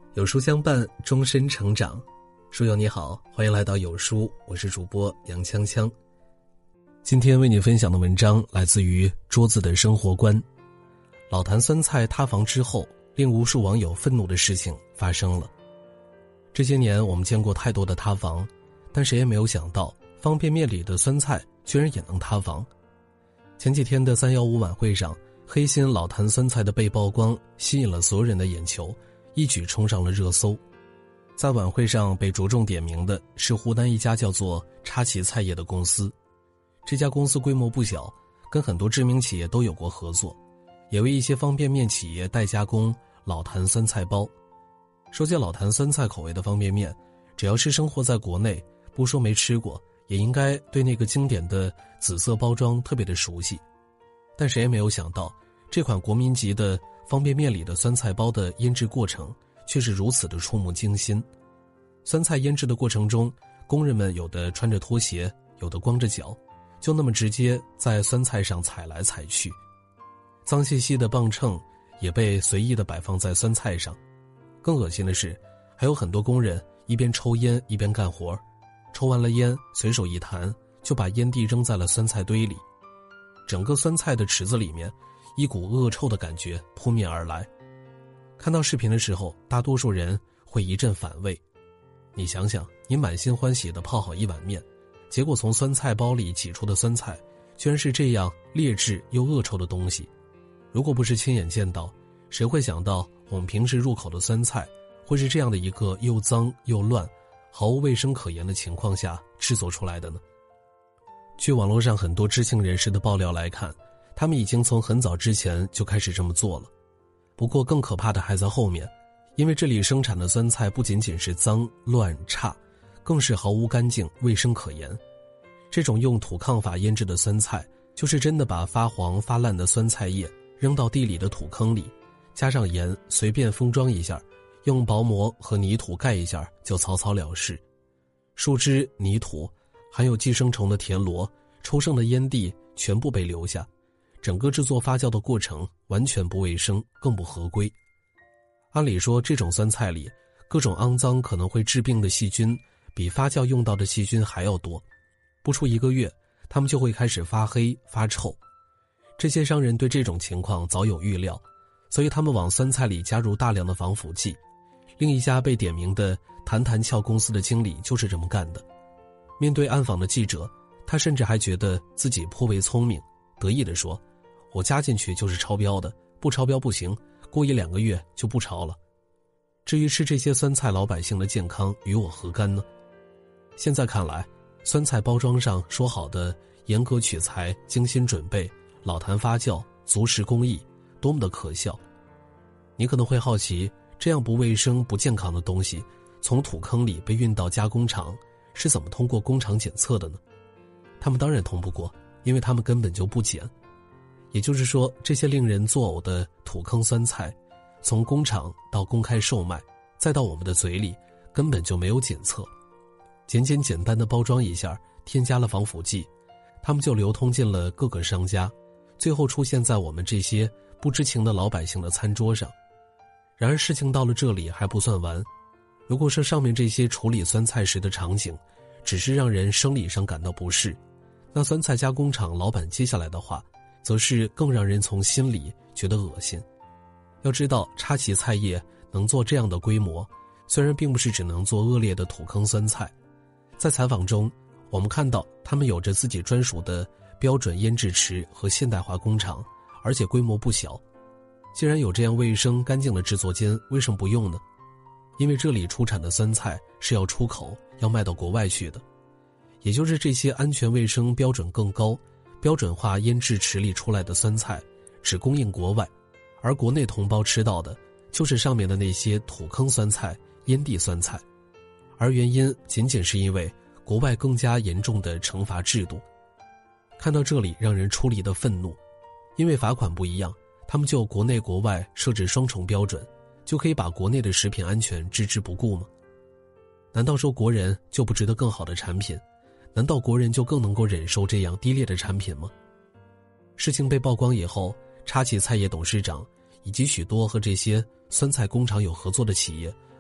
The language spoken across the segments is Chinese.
有书相伴，终身成长。书友你好，欢迎来到有书，我是主播杨锵锵。今天为你分享的文章来自于桌子的生活观。老坛酸菜塌房之后，令无数网友愤怒的事情发生了。这些年我们见过太多的塌房，但谁也没有想到方便面里的酸菜居然也能塌房。前几天的315晚会上，黑心老坛酸菜的被曝光，吸引了所有人的眼球，一举冲上了热搜。在晚会上被着重点名的是湖南一家叫做插旗菜业的公司。这家公司规模不小，跟很多知名企业都有过合作，也为一些方便面企业代加工老坛酸菜包。说起老坛酸菜口味的方便面，只要是生活在国内，不说没吃过，也应该对那个经典的紫色包装特别的熟悉。但谁也没有想到，这款国民级的方便面里的酸菜包的腌制过程却是如此的触目惊心。酸菜腌制的过程中，工人们有的穿着拖鞋，有的光着脚，就那么直接在酸菜上踩来踩去。脏兮兮的磅秤也被随意的摆放在酸菜上。更恶心的是，还有很多工人一边抽烟一边干活，抽完了烟随手一弹，就把烟蒂扔在了酸菜堆里。整个酸菜的池子里面，一股恶臭的感觉扑面而来。看到视频的时候，大多数人会一阵反胃。你想想，你满心欢喜地泡好一碗面，结果从酸菜包里挤出的酸菜居然是这样劣质又恶臭的东西。如果不是亲眼见到，谁会想到我们平时入口的酸菜会是这样的一个又脏又乱、毫无卫生可言的情况下制作出来的呢？据网络上很多知情人士的爆料来看，他们已经从很早之前就开始这么做了。不过更可怕的还在后面，因为这里生产的酸菜不仅仅是脏乱差，更是毫无干净卫生可言。这种用土炕法腌制的酸菜，就是真的把发黄发烂的酸菜叶扔到地里的土坑里，加上盐随便封装一下，用薄膜和泥土盖一下就草草了事。树枝、泥土含有寄生虫的田螺，抽剩的烟蒂全部被留下，整个制作发酵的过程完全不卫生，更不合规。按理说，这种酸菜里各种肮脏可能会致病的细菌比发酵用到的细菌还要多，不出1个月，它们就会开始发黑发臭。这些商人对这种情况早有预料，所以他们往酸菜里加入大量的防腐剂。另一家被点名的弹弹俏公司的经理就是这么干的。面对暗访的记者，他甚至还觉得自己颇为聪明，得意地说，我加进去就是超标的，不超标不行，过1-2个月就不超了。至于吃这些酸菜老百姓的健康与我何干呢？现在看来，酸菜包装上说好的严格取材、精心准备、老坛发酵、足时工艺，多么的可笑。你可能会好奇，这样不卫生不健康的东西从土坑里被运到加工厂，是怎么通过工厂检测的呢？他们当然通不过，因为他们根本就不检。也就是说，这些令人作呕的土坑酸菜，从工厂到公开售卖，再到我们的嘴里，根本就没有检测。简单的包装一下，添加了防腐剂，他们就流通进了各个商家，最后出现在我们这些不知情的老百姓的餐桌上。然而事情到了这里还不算完，如果说上面这些处理酸菜时的场景只是让人生理上感到不适，那酸菜加工厂老板接下来的话则是更让人从心里觉得恶心。要知道，插旗菜业能做这样的规模，虽然并不是只能做恶劣的土坑酸菜。在采访中，我们看到他们有着自己专属的标准腌制池和现代化工厂，而且规模不小。既然有这样卫生干净的制作间，为什么不用呢？因为这里出产的酸菜是要出口，要卖到国外去的。也就是这些安全卫生标准更高、标准化腌制池里出来的酸菜只供应国外，而国内同胞吃到的就是上面的那些土坑酸菜、烟蒂酸菜。而原因仅仅是因为国外更加严重的惩罚制度。看到这里让人出离的愤怒，因为罚款不一样，他们就国内国外设置双重标准，就可以把国内的食品安全置之不顾吗？难道说国人就不值得更好的产品？难道国人就更能够忍受这样低劣的产品吗？事情被曝光以后，插旗菜业董事长以及许多和这些酸菜工厂有合作的企业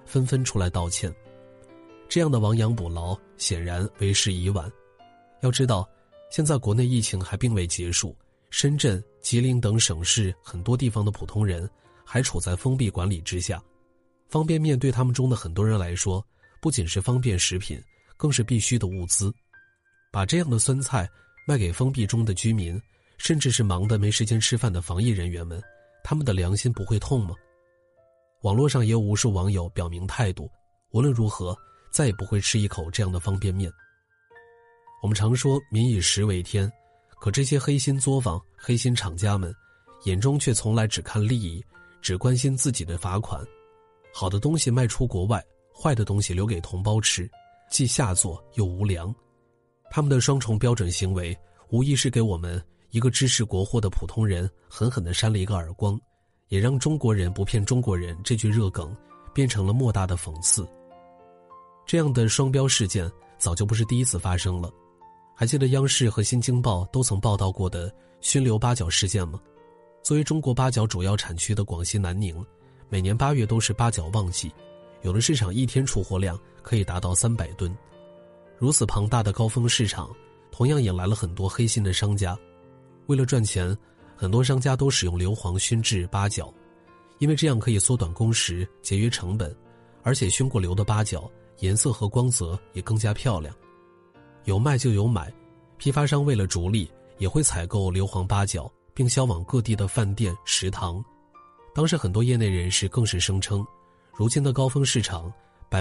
纷纷出来道歉。这样的亡羊补牢显然为时已晚。要知道，现在国内疫情还并未结束，深圳、吉林等省市很多地方的普通人还处在封闭管理之下。方便面对他们中的很多人来说，不仅是方便食品，更是必须的物资。把这样的酸菜卖给封闭中的居民，甚至是忙得没时间吃饭的防疫人员们，他们的良心不会痛吗？网络上也有无数网友表明态度，无论如何再也不会吃一口这样的方便面。我们常说民以食为天，可这些黑心作坊、黑心厂家们眼中却从来只看利益，只关心自己的罚款。好的东西卖出国外，坏的东西留给同胞吃，既下作又无良。他们的双重标准行为无疑是给我们一个支持国货的普通人狠狠地扇了一个耳光，也让中国人不骗中国人这句热梗变成了莫大的讽刺。这样的双标事件早就不是第一次发生了。还记得央视和新京报都曾报道过的熏流八角事件吗？作为中国八角主要产区的广西南宁，每年8月都是八角旺季，有的市场一天出货量可以达到300吨。如此庞大的高峰市场，同样引来了很多黑心的商家。为了赚钱，很多商家都使用硫磺熏制八角，因为这样可以缩短工时，节约成本，而且熏过硫的八角颜色和光泽也更加漂亮。有卖就有买，批发商为了逐利，也会采购硫磺八角，并销往各地的饭店、食堂。当时很多业内人士更是声称，如今的高峰市场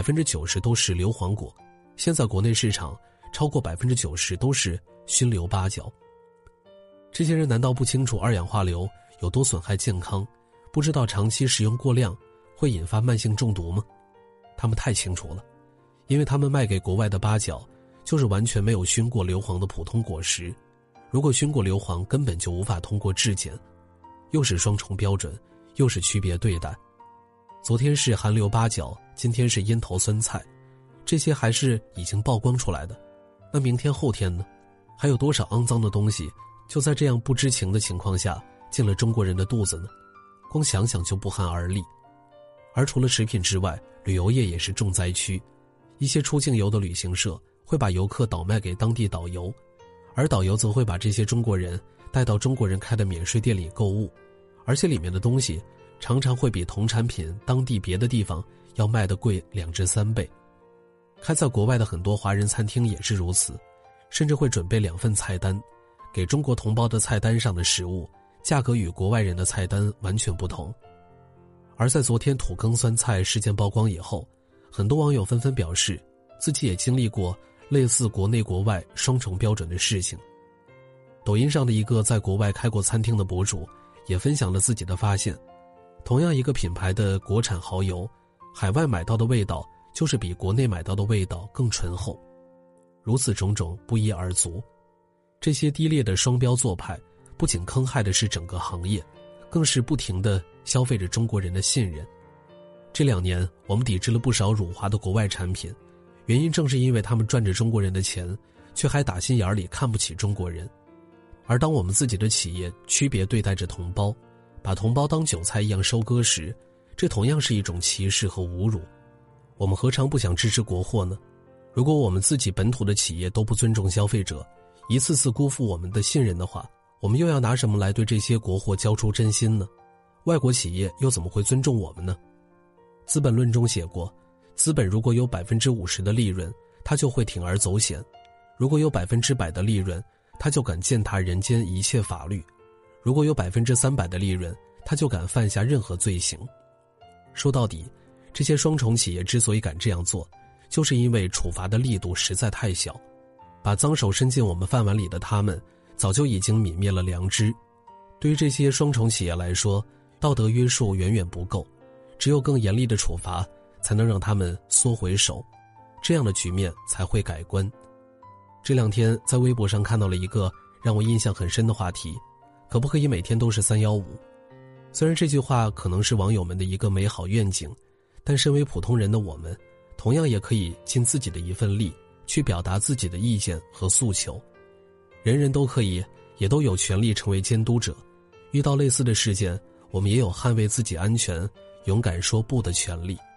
90%都是硫磺果，现在国内市场超过90%都是熏硫八角。这些人难道不清楚二氧化硫有多损害健康，不知道长期食用过量会引发慢性中毒吗？他们太清楚了，因为他们卖给国外的八角就是完全没有熏过硫磺的普通果实，如果熏过硫磺根本就无法通过质检。又是双重标准，又是区别对待。昨天是含硫八角，今天是烟头酸菜，这些还是已经曝光出来的。那明天后天呢？还有多少肮脏的东西就在这样不知情的情况下进了中国人的肚子呢？光想想就不寒而栗。而除了食品之外，旅游业也是重灾区。一些出境游的旅行社会把游客倒卖给当地导游，而导游则会把这些中国人带到中国人开的免税店里购物，而且里面的东西常常会比同产品当地别的地方要卖得贵2至3倍。开在国外的很多华人餐厅也是如此，甚至会准备2份菜单，给中国同胞的菜单上的食物价格与国外人的菜单完全不同。而在昨天土坑酸菜事件曝光以后，很多网友纷纷表示自己也经历过类似国内国外双重标准的事情。抖音上的一个在国外开过餐厅的博主也分享了自己的发现，同样一个品牌的国产蚝油，海外买到的味道就是比国内买到的味道更醇厚。如此种种不一而足，这些低劣的双标做派不仅坑害的是整个行业，更是不停地消费着中国人的信任。这2年我们抵制了不少辱华的国外产品，原因正是因为他们赚着中国人的钱，却还打心眼里看不起中国人。而当我们自己的企业区别对待着同胞，把同胞当韭菜一样收割时，这同样是一种歧视和侮辱。我们何尝不想支持国货呢？如果我们自己本土的企业都不尊重消费者，一次次辜负我们的信任的话，我们又要拿什么来对这些国货交出真心呢？外国企业又怎么会尊重我们呢？《资本论》中写过，资本如果有50%的利润，它就会铤而走险；如果有100%的利润，它就敢践踏人间一切法律；如果有300%的利润，它就敢犯下任何罪行。说到底，这些双重企业之所以敢这样做，就是因为处罚的力度实在太小，把脏手伸进我们饭碗里的他们，早就已经泯灭了良知。对于这些双重企业来说，道德约束远远不够，只有更严厉的处罚才能让他们缩回手，这样的局面才会改观。这2天在微博上看到了一个让我印象很深的话题，可不可以每天都是315？虽然这句话可能是网友们的一个美好愿景，但身为普通人的我们，同样也可以尽自己的一份力，去表达自己的意见和诉求。人人都可以，也都有权利成为监督者。遇到类似的事件，我们也有捍卫自己安全、勇敢说不的权利。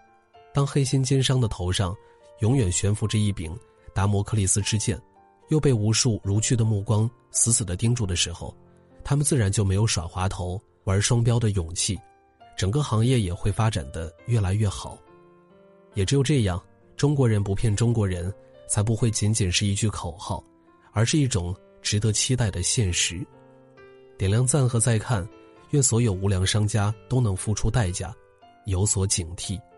当黑心奸商的头上永远悬浮着一柄达摩克利斯之剑，又被无数如炬的目光死死地盯住的时候，他们自然就没有耍滑头玩双标的勇气，整个行业也会发展得越来越好。也只有这样，中国人不骗中国人才不会仅仅是一句口号，而是一种值得期待的现实。点亮赞和再看，愿所有无良商家都能付出代价，有所警惕。